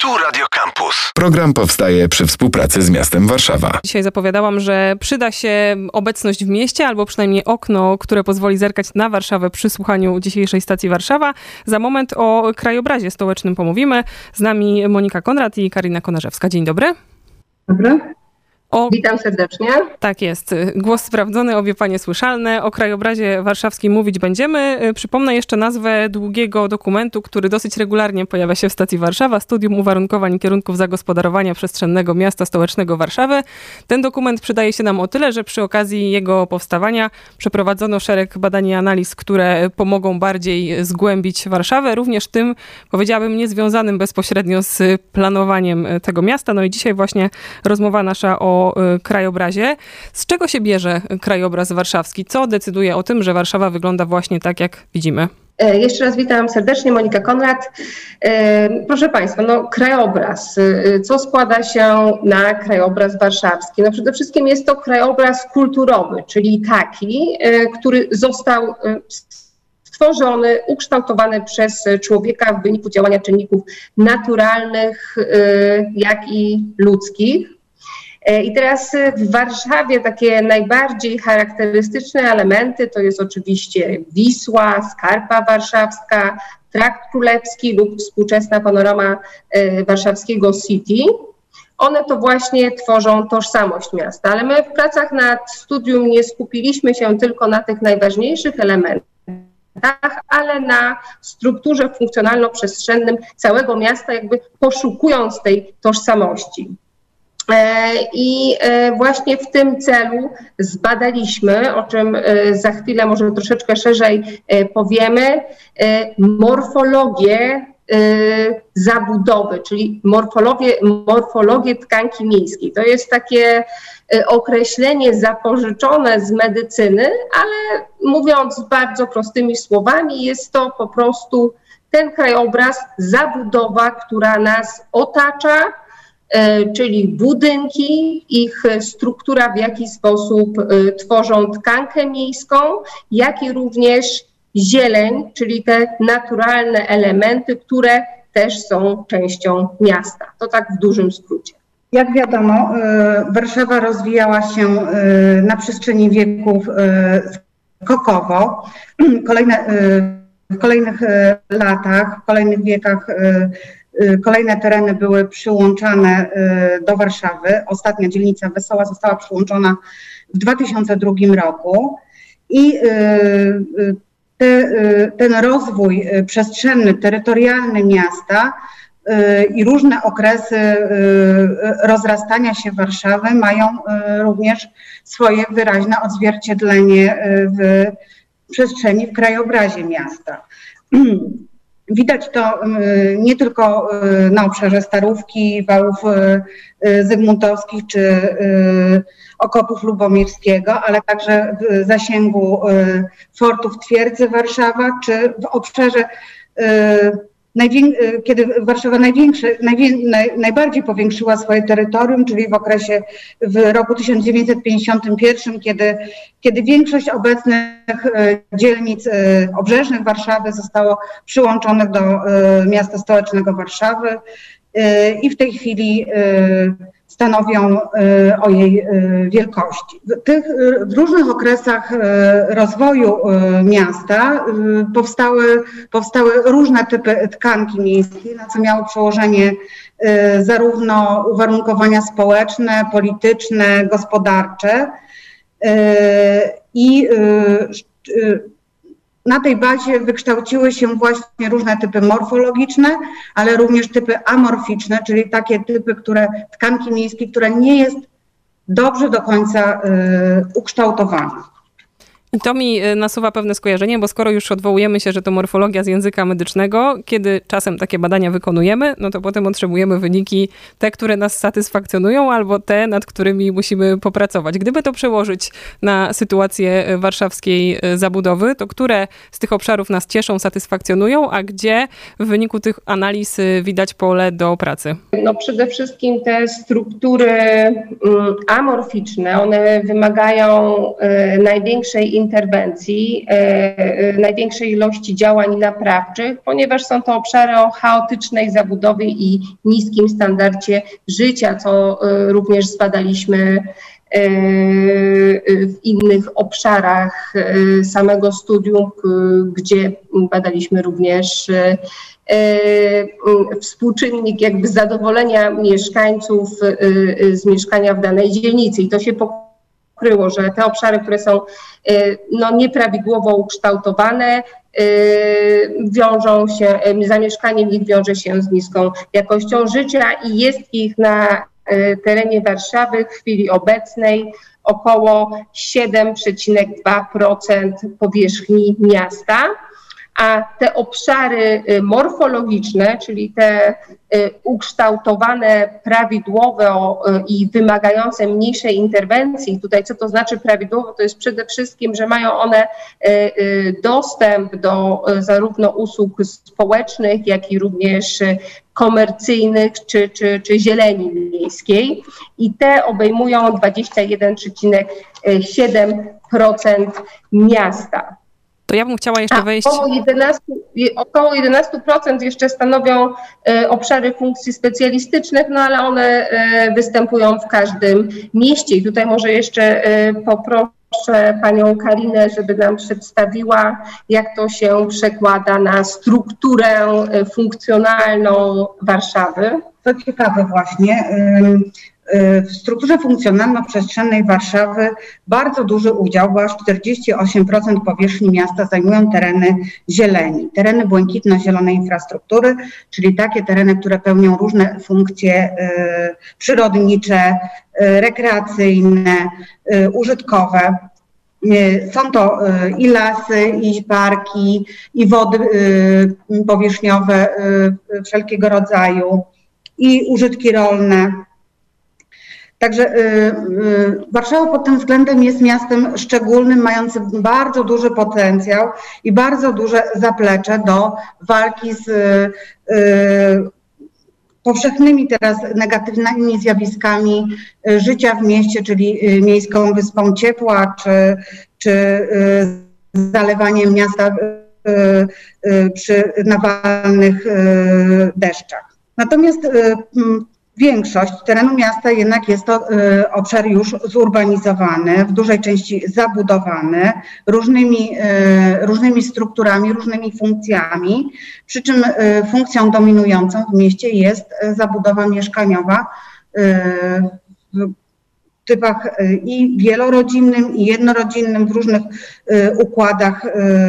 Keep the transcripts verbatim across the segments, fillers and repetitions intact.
Tu Radio Campus. Program powstaje przy współpracy z miastem Warszawa. Dzisiaj zapowiadałam, że przyda się obecność w mieście, albo przynajmniej okno, które pozwoli zerkać na Warszawę przy słuchaniu dzisiejszej stacji Warszawa. Za moment o krajobrazie stołecznym pomówimy. Z nami Monika Konrad i Karina Konarzewska. Dzień dobry. Dobry. O... Witam serdecznie. Tak jest. Głos sprawdzony, obie panie słyszalne. O krajobrazie warszawskim mówić będziemy. Przypomnę jeszcze nazwę długiego dokumentu, który dosyć regularnie pojawia się w stacji Warszawa. Studium uwarunkowań i kierunków zagospodarowania przestrzennego miasta stołecznego Warszawy. Ten dokument przydaje się nam o tyle, że przy okazji jego powstawania przeprowadzono szereg badań i analiz, które pomogą bardziej zgłębić Warszawę. Również tym, powiedziałabym, niezwiązanym bezpośrednio z planowaniem tego miasta. No i dzisiaj właśnie rozmowa nasza o krajobrazie. Z czego się bierze krajobraz warszawski? Co decyduje o tym, że Warszawa wygląda właśnie tak, jak widzimy? Jeszcze raz witam serdecznie, Monika Konrad. Proszę Państwa, no krajobraz. Co składa się na krajobraz warszawski? No przede wszystkim jest to krajobraz kulturowy, czyli taki, który został stworzony, ukształtowany przez człowieka w wyniku działania czynników naturalnych, jak i ludzkich. I teraz w Warszawie takie najbardziej charakterystyczne elementy to jest oczywiście Wisła, Skarpa Warszawska, Trakt Królewski lub współczesna panorama warszawskiego City. One to właśnie tworzą tożsamość miasta, ale my w pracach nad studium nie skupiliśmy się tylko na tych najważniejszych elementach, ale na strukturze funkcjonalno-przestrzennym całego miasta, jakby poszukując tej tożsamości. I właśnie w tym celu zbadaliśmy, o czym za chwilę może troszeczkę szerzej powiemy, morfologię zabudowy, czyli morfologię, morfologię tkanki miejskiej. To jest takie określenie zapożyczone z medycyny, ale mówiąc bardzo prostymi słowami, jest to po prostu ten krajobraz, zabudowa, która nas otacza, czyli budynki, ich struktura, w jaki sposób tworzą tkankę miejską, jak i również zieleń, czyli te naturalne elementy, które też są częścią miasta. To tak w dużym skrócie. Jak wiadomo, Warszawa rozwijała się na przestrzeni wieków skokowo. Kolejne, w kolejnych latach, w kolejnych wiekach kolejne tereny były przyłączane do Warszawy. Ostatnia dzielnica Wesoła została przyłączona w dwa tysiące drugim roku i te, ten rozwój przestrzenny, terytorialny miasta i różne okresy rozrastania się Warszawy mają również swoje wyraźne odzwierciedlenie w przestrzeni, w krajobrazie miasta. Widać to nie tylko na obszarze Starówki, Wałów Zygmuntowskich czy okopów Lubomirskiego, ale także w zasięgu fortów Twierdzy Warszawa, czy w obszarze, kiedy Warszawa największy, naj, najbardziej powiększyła swoje terytorium, czyli w okresie w roku tysiąc dziewięćset pięćdziesiątym pierwszym, kiedy, kiedy większość obecnych dzielnic obrzeżnych Warszawy zostało przyłączonych do miasta stołecznego Warszawy i w tej chwili stanowią o jej wielkości. W tych w różnych okresach rozwoju miasta powstały, powstały różne typy tkanki miejskiej, na co miało przełożenie zarówno uwarunkowania społeczne, polityczne, gospodarcze i na tej bazie wykształciły się właśnie różne typy morfologiczne, ale również typy amorficzne, czyli takie typy, które tkanki miejskiej, która nie jest dobrze do końca y, ukształtowana. I to mi nasuwa pewne skojarzenie, bo skoro już odwołujemy się, że to morfologia z języka medycznego, kiedy czasem takie badania wykonujemy, no to potem otrzymujemy wyniki te, które nas satysfakcjonują, albo te, nad którymi musimy popracować. Gdyby to przełożyć na sytuację warszawskiej zabudowy, to które z tych obszarów nas cieszą, satysfakcjonują, a gdzie w wyniku tych analiz widać pole do pracy? No przede wszystkim te struktury amorficzne, one wymagają największej interwencji, największej ilości działań naprawczych, ponieważ są to obszary o chaotycznej zabudowie i niskim standardzie życia, co również zbadaliśmy w innych obszarach samego studium, gdzie badaliśmy również współczynnik jakby zadowolenia mieszkańców z mieszkania w danej dzielnicy i to się pokryło, że te obszary, które są no, nieprawidłowo ukształtowane, wiążą się, zamieszkanie w nich wiąże się z niską jakością życia i jest ich na terenie Warszawy w chwili obecnej około siedem przecinek dwa procent powierzchni miasta, a te obszary morfologiczne, czyli te ukształtowane prawidłowo i wymagające mniejszej interwencji, tutaj co to znaczy prawidłowo, to jest przede wszystkim, że mają one dostęp do zarówno usług społecznych, jak i również komercyjnych czy, czy, czy zieleni miejskiej i te obejmują dwadzieścia jeden przecinek siedem procent miasta. To ja bym chciała jeszcze wejść... Około jedenaście, około jedenaście procent jeszcze stanowią e, obszary funkcji specjalistycznych, no ale one e, występują w każdym mieście. I tutaj może jeszcze e, poproszę panią Karinę, żeby nam przedstawiła, jak to się przekłada na strukturę e, funkcjonalną Warszawy. To ciekawe właśnie. W strukturze funkcjonalno-przestrzennej Warszawy bardzo duży udział, bo aż czterdzieści osiem procent powierzchni miasta zajmują tereny zieleni, tereny błękitno-zielonej infrastruktury, czyli takie tereny, które pełnią różne funkcje y, przyrodnicze, y, rekreacyjne, y, użytkowe. Y, są to y, i lasy, i parki, i wody y, powierzchniowe y, wszelkiego rodzaju, i użytki rolne. Także y, y, Warszawa pod tym względem jest miastem szczególnym, mającym bardzo duży potencjał i bardzo duże zaplecze do walki z y, y, powszechnymi teraz negatywnymi zjawiskami y, życia w mieście, czyli y, miejską wyspą ciepła, czy, czy y, zalewaniem miasta y, y, przy nawalnych y, deszczach. Natomiast y, większość terenu miasta jednak jest to y, obszar już zurbanizowany, w dużej części zabudowany różnymi, y, różnymi strukturami, różnymi funkcjami, przy czym y, funkcją dominującą w mieście jest y, zabudowa mieszkaniowa y, w typach y, i wielorodzinnym, i jednorodzinnym, w różnych y, układach y,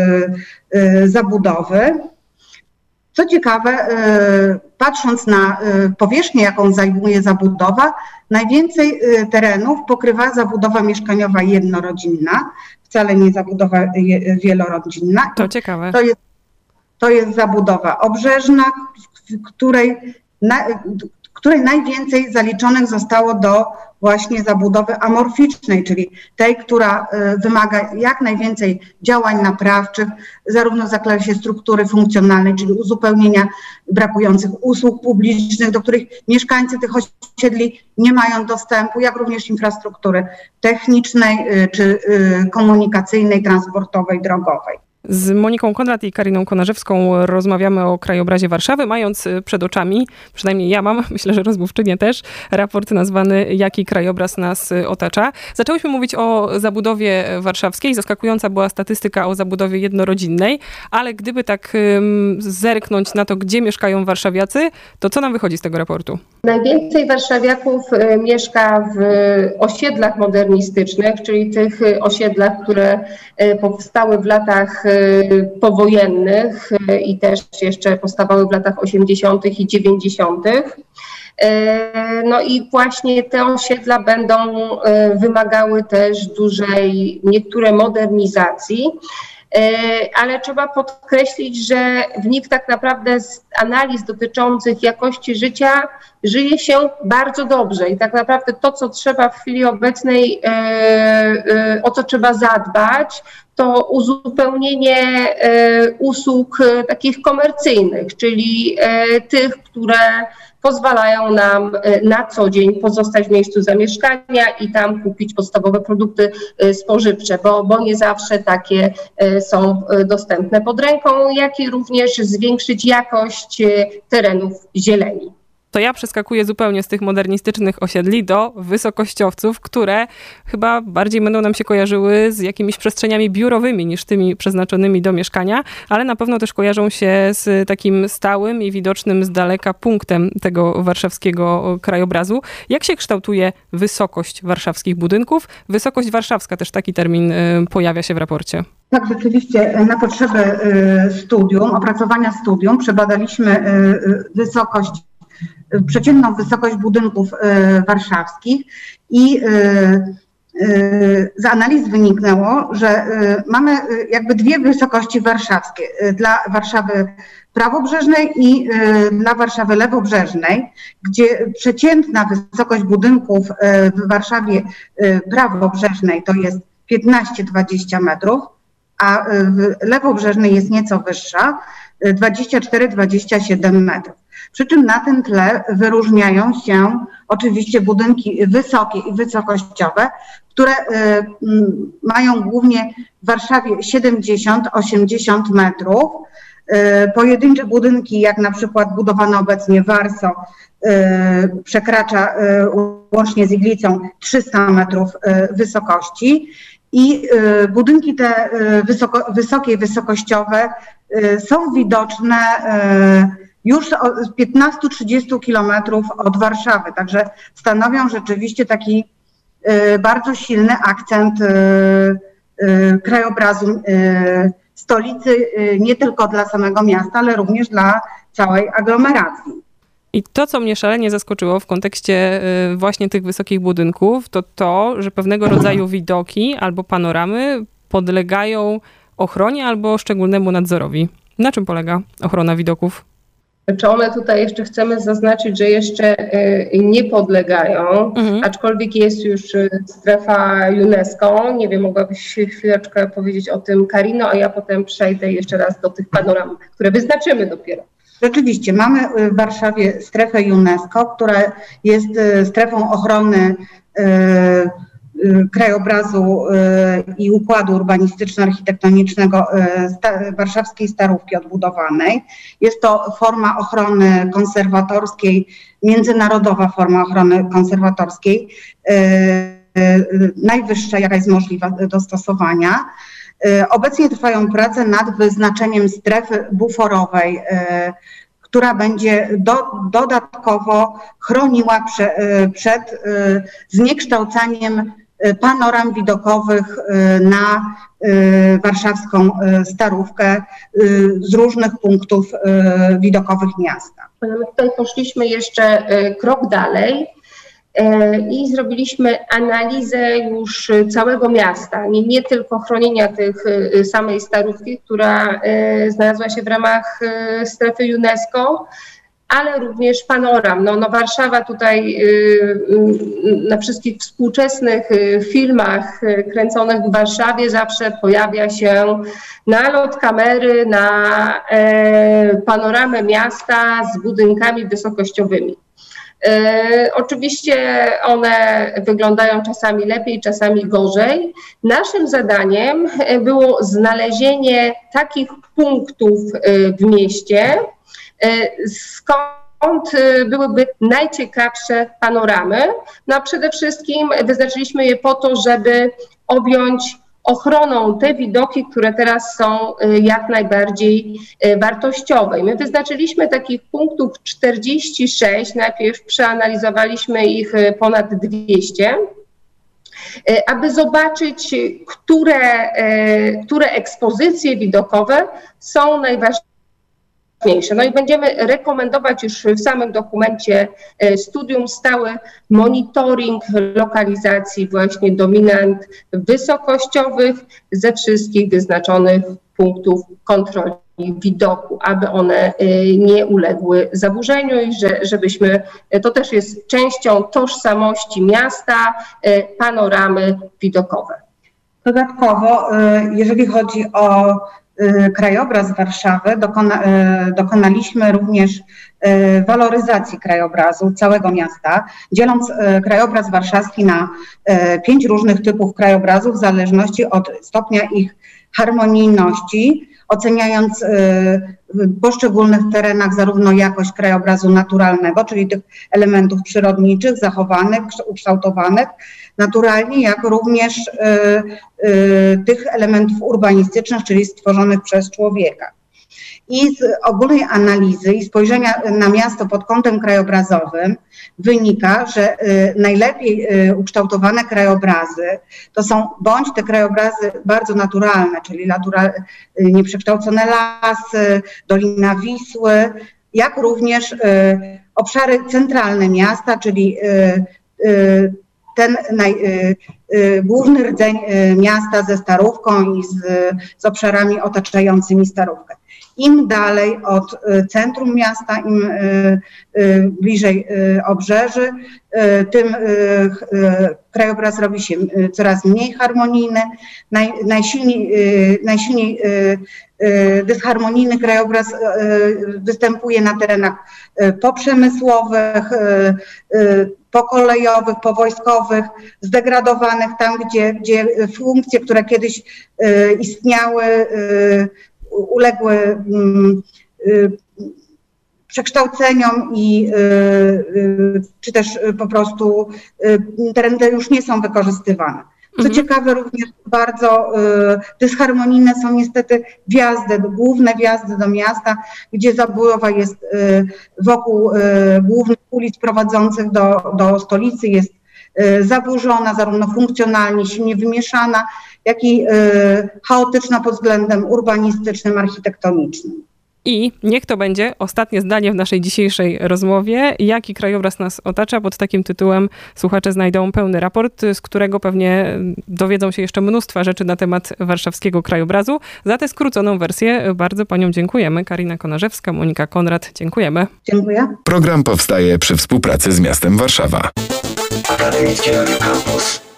y, zabudowy. Co ciekawe, patrząc na powierzchnię, jaką zajmuje zabudowa, najwięcej terenów pokrywa zabudowa mieszkaniowa jednorodzinna, wcale nie zabudowa wielorodzinna. To ciekawe. To jest, to jest zabudowa obrzeżna, w której, na, której najwięcej zaliczonych zostało do właśnie zabudowy amorficznej, czyli tej, która wymaga jak najwięcej działań naprawczych, zarówno w zakresie struktury funkcjonalnej, czyli uzupełnienia brakujących usług publicznych, do których mieszkańcy tych osiedli nie mają dostępu, jak również infrastruktury technicznej, czy komunikacyjnej, transportowej, drogowej. Z Moniką Konrad i Kariną Konarzewską rozmawiamy o krajobrazie Warszawy, mając przed oczami, przynajmniej ja mam, myślę, że rozmówczynie też, raport nazwany "Jaki krajobraz nas otacza". Zaczęłyśmy mówić o zabudowie warszawskiej. Zaskakująca była statystyka o zabudowie jednorodzinnej, ale gdyby tak um, zerknąć na to, gdzie mieszkają warszawiacy, to co nam wychodzi z tego raportu? Najwięcej warszawiaków mieszka w osiedlach modernistycznych, czyli tych osiedlach, które powstały w latach powojennych i też jeszcze powstawały w latach osiemdziesiątych i dziewięćdziesiątych. No i właśnie te osiedla będą wymagały też dużej, niektóre modernizacji, ale trzeba podkreślić, że w nich tak naprawdę z analiz dotyczących jakości życia żyje się bardzo dobrze i tak naprawdę to, co trzeba w chwili obecnej, o co trzeba zadbać, to uzupełnienie usług takich komercyjnych, czyli tych, które pozwalają nam na co dzień pozostać w miejscu zamieszkania i tam kupić podstawowe produkty spożywcze, bo, bo nie zawsze takie są dostępne pod ręką, jak i również zwiększyć jakość terenów zieleni. To ja przeskakuję zupełnie z tych modernistycznych osiedli do wysokościowców, które chyba bardziej będą nam się kojarzyły z jakimiś przestrzeniami biurowymi niż tymi przeznaczonymi do mieszkania, ale na pewno też kojarzą się z takim stałym i widocznym z daleka punktem tego warszawskiego krajobrazu. Jak się kształtuje wysokość warszawskich budynków? Wysokość warszawska, też taki termin pojawia się w raporcie. Tak, rzeczywiście na potrzeby studium, opracowania studium przebadaliśmy wysokość przeciętną wysokość budynków warszawskich i z analiz wyniknęło, że mamy jakby dwie wysokości warszawskie, dla Warszawy prawobrzeżnej i dla Warszawy lewobrzeżnej, gdzie przeciętna wysokość budynków w Warszawie prawobrzeżnej to jest piętnaście dwadzieścia metrów, a w lewobrzeżnej jest nieco wyższa, dwadzieścia cztery dwadzieścia siedem metrów. Przy czym na tym tle wyróżniają się oczywiście budynki wysokie i wysokościowe, które y, y, mają głównie w Warszawie siedemdziesiąt osiemdziesiąt metrów. Y, pojedyncze budynki, jak na przykład budowane obecnie Warso, y, przekracza y, łącznie z iglicą trzysta metrów y, wysokości. I y, budynki te y, wysoko, wysokie i wysokościowe y, są widoczne y, już z piętnastu do trzydziestu kilometrów od Warszawy, także stanowią rzeczywiście taki y, bardzo silny akcent y, y, krajobrazu y, stolicy, y, nie tylko dla samego miasta, ale również dla całej aglomeracji. I to, co mnie szalenie zaskoczyło w kontekście właśnie tych wysokich budynków, to to, że pewnego rodzaju widoki albo panoramy podlegają ochronie albo szczególnemu nadzorowi. Na czym polega ochrona widoków? Czy one tutaj jeszcze chcemy zaznaczyć, że jeszcze nie podlegają, mhm. aczkolwiek jest już strefa UNESCO. Nie wiem, mogłabyś chwileczkę powiedzieć o tym, Karino, a ja potem przejdę jeszcze raz do tych panoram, które wyznaczymy dopiero. Rzeczywiście, mamy w Warszawie strefę UNESCO, która jest strefą ochrony krajobrazu i układu urbanistyczno-architektonicznego warszawskiej Starówki odbudowanej. Jest to forma ochrony konserwatorskiej, międzynarodowa forma ochrony konserwatorskiej, najwyższa, jaka jest możliwa do stosowania. Obecnie trwają prace nad wyznaczeniem strefy buforowej, która będzie do, dodatkowo chroniła prze, przed zniekształcaniem panoram widokowych na warszawską Starówkę z różnych punktów widokowych miasta. My tutaj poszliśmy jeszcze krok dalej i zrobiliśmy analizę już całego miasta, nie, nie tylko chronienia tych samej Starówki, która znalazła się w ramach strefy UNESCO, ale również panoram. No, no Warszawa tutaj na wszystkich współczesnych filmach kręconych w Warszawie zawsze pojawia się nalot kamery na panoramę miasta z budynkami wysokościowymi. E, oczywiście one wyglądają czasami lepiej, czasami gorzej. Naszym zadaniem było znalezienie takich punktów w mieście, skąd byłyby najciekawsze panoramy. No a przede wszystkim wyznaczyliśmy je po to, żeby objąć ochroną te widoki, które teraz są jak najbardziej wartościowe. I my wyznaczyliśmy takich punktów czterdzieści sześć, najpierw przeanalizowaliśmy ich ponad dwieście, aby zobaczyć, które, które ekspozycje widokowe są najważniejsze. No i będziemy rekomendować już w samym dokumencie studium stały monitoring lokalizacji właśnie dominant wysokościowych ze wszystkich wyznaczonych punktów kontroli. widoku, aby one nie uległy zaburzeniu i że, żebyśmy, to też jest częścią tożsamości miasta, panoramy widokowe. Dodatkowo, jeżeli chodzi o krajobraz Warszawy, dokona, dokonaliśmy również waloryzacji krajobrazu całego miasta, dzieląc krajobraz warszawski na pięć różnych typów krajobrazów w zależności od stopnia ich harmonijności, oceniając w poszczególnych terenach zarówno jakość krajobrazu naturalnego, czyli tych elementów przyrodniczych, zachowanych, ukształtowanych naturalnie, jak również y, y, tych elementów urbanistycznych, czyli stworzonych przez człowieka. I z ogólnej analizy i spojrzenia na miasto pod kątem krajobrazowym wynika, że y, najlepiej y, ukształtowane krajobrazy to są bądź te krajobrazy bardzo naturalne, czyli natura, y, nieprzekształcone lasy, Dolina Wisły, jak również y, obszary centralne miasta, czyli y, y, ten naj, y, y, główny rdzeń y, miasta ze Starówką i z, z obszarami otaczającymi Starówkę. Im dalej od y, centrum miasta, im y, y, bliżej y, obrzeży, y, tym y, y, krajobraz robi się y, coraz mniej harmonijny. Naj, najsilniej, y, najsilniej y, y, dysharmonijny krajobraz y, występuje na terenach y, poprzemysłowych, y, y, pokolejowych, powojskowych, zdegradowanych tam, gdzie, gdzie funkcje, które kiedyś y, istniały, y, uległy y, y, przekształceniom i y, y, czy też po prostu y, tereny te już nie są wykorzystywane. Co mhm. ciekawe, również bardzo y, dysharmonijne są niestety wjazdy, główne wjazdy do miasta, gdzie zabudowa jest y, wokół y, głównych ulic prowadzących do, do stolicy, jest y, zaburzona, zarówno funkcjonalnie, silnie wymieszana, jak i y, chaotyczna pod względem urbanistycznym, architektonicznym. I niech to będzie ostatnie zdanie w naszej dzisiejszej rozmowie. Jaki krajobraz nas otacza? Pod takim tytułem słuchacze znajdą pełny raport, z którego pewnie dowiedzą się jeszcze mnóstwa rzeczy na temat warszawskiego krajobrazu. Za tę skróconą wersję bardzo paniom dziękujemy. Karina Konarzewska, Monika Konrad, dziękujemy. Dziękuję. Program powstaje przy współpracy z miastem Warszawa. Akademickie Radio Campus.